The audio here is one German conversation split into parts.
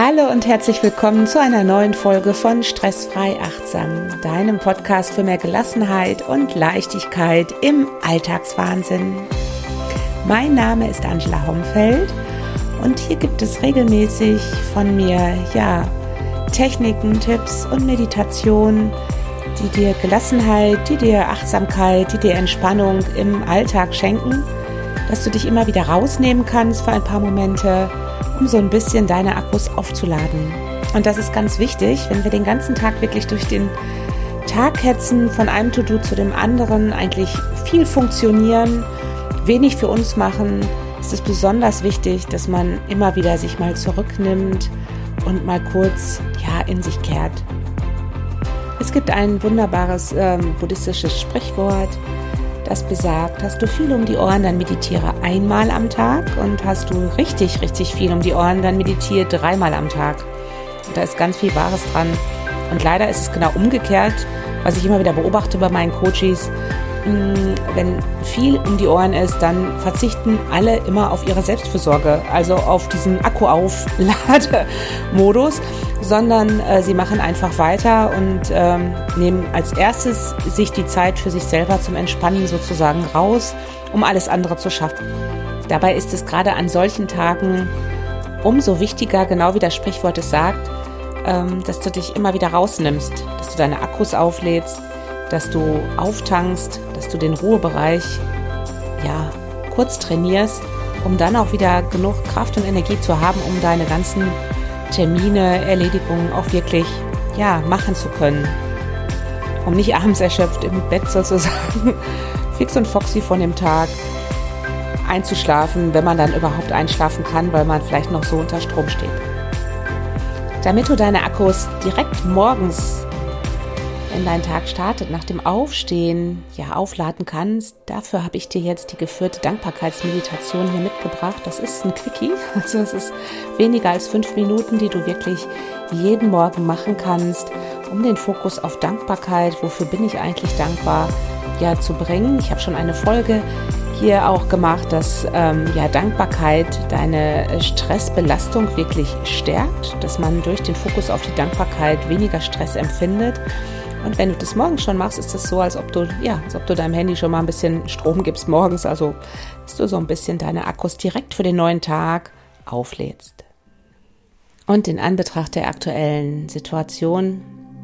Hallo und herzlich willkommen zu einer neuen Folge von Stressfrei Achtsam, deinem Podcast für mehr Gelassenheit und Leichtigkeit im Alltagswahnsinn. Mein Name ist Angela Homfeld und hier gibt es regelmäßig von mir Techniken, Tipps und Meditationen, die dir Gelassenheit, die dir Achtsamkeit, die dir Entspannung im Alltag schenken, dass du dich immer wieder rausnehmen kannst für ein paar Momente, um so ein bisschen deine Akkus aufzuladen. Und das ist ganz wichtig, wenn wir den ganzen Tag wirklich durch den Tag hetzen, von einem To-Do zu dem anderen, eigentlich viel funktionieren, wenig für uns machen, ist es besonders wichtig, dass man immer wieder sich mal zurücknimmt und mal kurz in sich kehrt. Es gibt ein wunderbares buddhistisches Sprichwort, das besagt, hast du viel um die Ohren, dann meditiere einmal am Tag, und hast du richtig, richtig viel um die Ohren, dann meditiere dreimal am Tag. Und da ist ganz viel Wahres dran. Und leider ist es genau umgekehrt, was ich immer wieder beobachte bei meinen Coaches. Wenn viel um die Ohren ist, dann verzichten alle immer auf ihre Selbstfürsorge, also auf diesen Akku-Auflademodus, sondern sie machen einfach weiter und nehmen als erstes sich die Zeit für sich selber zum Entspannen sozusagen raus, um alles andere zu schaffen. Dabei ist es gerade an solchen Tagen umso wichtiger, genau wie das Sprichwort es sagt, dass du dich immer wieder rausnimmst, dass du deine Akkus auflädst, dass du auftankst, dass du den Ruhebereich kurz trainierst, um dann auch wieder genug Kraft und Energie zu haben, um deine ganzen Termine, Erledigungen auch wirklich machen zu können. Um nicht abends erschöpft im Bett sozusagen fix und foxy von dem Tag einzuschlafen, wenn man dann überhaupt einschlafen kann, weil man vielleicht noch so unter Strom steht. Damit du deine Akkus direkt morgens, wenn dein Tag startet, nach dem Aufstehen aufladen kannst, dafür habe ich dir jetzt die geführte Dankbarkeitsmeditation hier mitgebracht. Das ist ein Quickie, also es ist weniger als 5 Minuten, die du wirklich jeden Morgen machen kannst, um den Fokus auf Dankbarkeit, wofür bin ich eigentlich dankbar, zu bringen. Ich habe schon eine Folge hier auch gemacht, dass Dankbarkeit deine Stressbelastung wirklich stärkt, dass man durch den Fokus auf die Dankbarkeit weniger Stress empfindet. Und wenn du das morgens schon machst, ist es so, als ob du deinem Handy schon mal ein bisschen Strom gibst morgens, also dass du so ein bisschen deine Akkus direkt für den neuen Tag auflädst. Und in Anbetracht der aktuellen Situation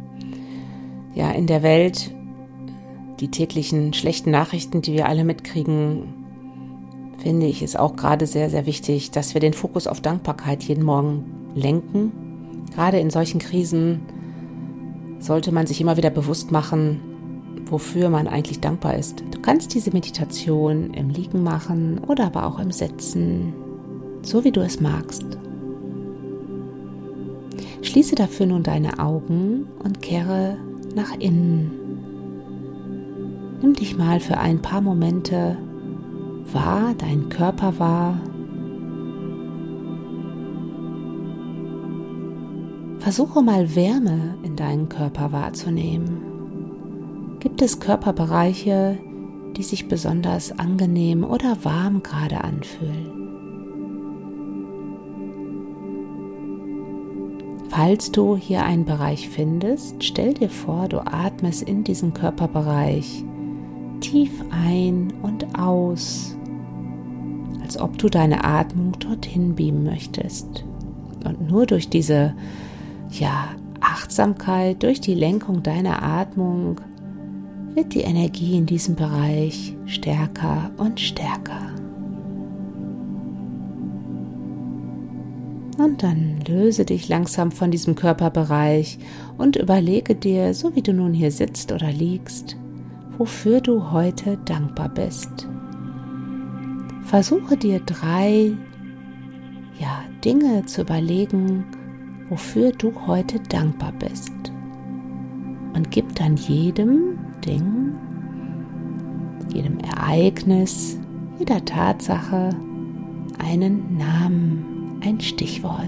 in der Welt, die täglichen schlechten Nachrichten, die wir alle mitkriegen, finde ich es auch gerade sehr, sehr wichtig, dass wir den Fokus auf Dankbarkeit jeden Morgen lenken. Gerade in solchen Krisen sollte man sich immer wieder bewusst machen, wofür man eigentlich dankbar ist. Du kannst diese Meditation im Liegen machen oder aber auch im Sitzen, so wie du es magst. Schließe dafür nun deine Augen und kehre nach innen. Nimm dich mal für ein paar Momente wahr, deinen Körper wahr. Versuche mal Wärme in deinen Körper wahrzunehmen. Gibt es Körperbereiche, die sich besonders angenehm oder warm gerade anfühlen? Falls du hier einen Bereich findest, stell dir vor, du atmest in diesen Körperbereich tief ein und aus, als ob du deine Atmung dorthin beamen möchtest. Und nur durch diese Achtsamkeit, durch die Lenkung deiner Atmung wird die Energie in diesem Bereich stärker und stärker. Und dann löse dich langsam von diesem Körperbereich und überlege dir, so wie du nun hier sitzt oder liegst, wofür du heute dankbar bist. Versuche dir 3 Dinge zu überlegen, wofür du heute dankbar bist. Und gib dann jedem Ding, jedem Ereignis, jeder Tatsache einen Namen, ein Stichwort.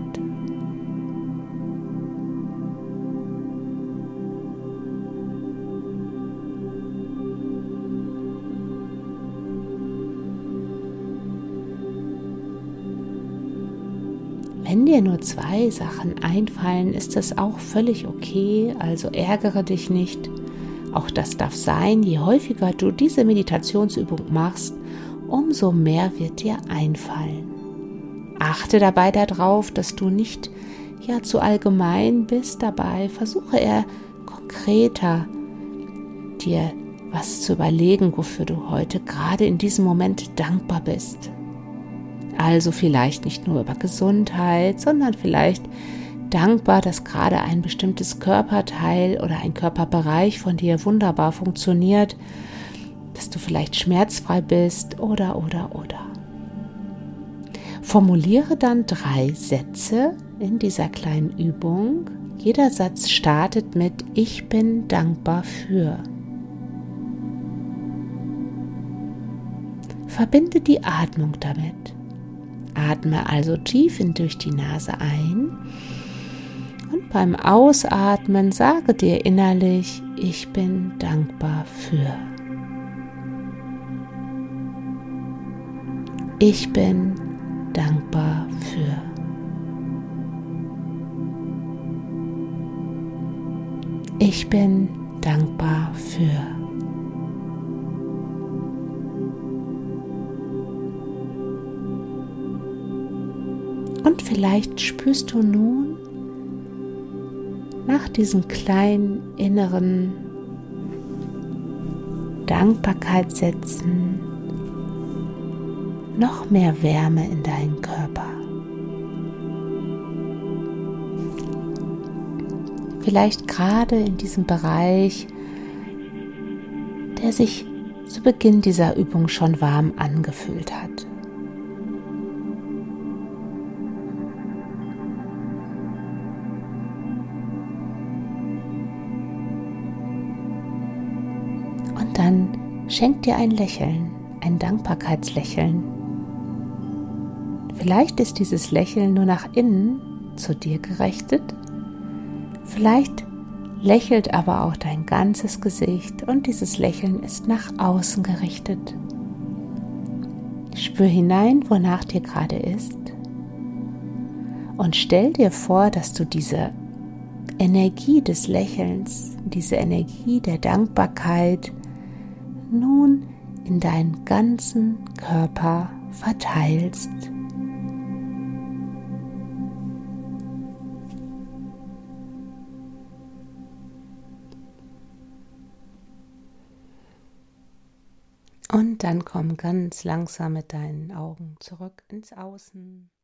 Wenn dir nur 2 Sachen einfallen, ist das auch völlig okay, also ärgere dich nicht. Auch das darf sein. Je häufiger du diese Meditationsübung machst, umso mehr wird dir einfallen. Achte dabei darauf, dass du nicht zu allgemein bist dabei. Versuche eher konkreter dir was zu überlegen, wofür du heute gerade in diesem Moment dankbar bist. Also vielleicht nicht nur über Gesundheit, sondern vielleicht dankbar, dass gerade ein bestimmtes Körperteil oder ein Körperbereich von dir wunderbar funktioniert, dass du vielleicht schmerzfrei bist oder. Formuliere dann 3 Sätze in dieser kleinen Übung. Jeder Satz startet mit Ich bin dankbar für. Verbinde die Atmung damit. Atme also tief durch die Nase ein und beim Ausatmen sage dir innerlich, ich bin dankbar für. Ich bin dankbar für. Ich bin dankbar für. Und vielleicht spürst du nun nach diesen kleinen inneren Dankbarkeitssätzen noch mehr Wärme in deinen Körper. Vielleicht gerade in diesem Bereich, der sich zu Beginn dieser Übung schon warm angefühlt hat. Und dann schenk dir ein Lächeln, ein Dankbarkeitslächeln. Vielleicht ist dieses Lächeln nur nach innen zu dir gerichtet. Vielleicht lächelt aber auch dein ganzes Gesicht und dieses Lächeln ist nach außen gerichtet. Spür hinein, wonach dir gerade ist und stell dir vor, dass du diese Energie des Lächelns, diese Energie der Dankbarkeit nun in deinen ganzen Körper verteilst. Und dann komm ganz langsam mit deinen Augen zurück ins Außen.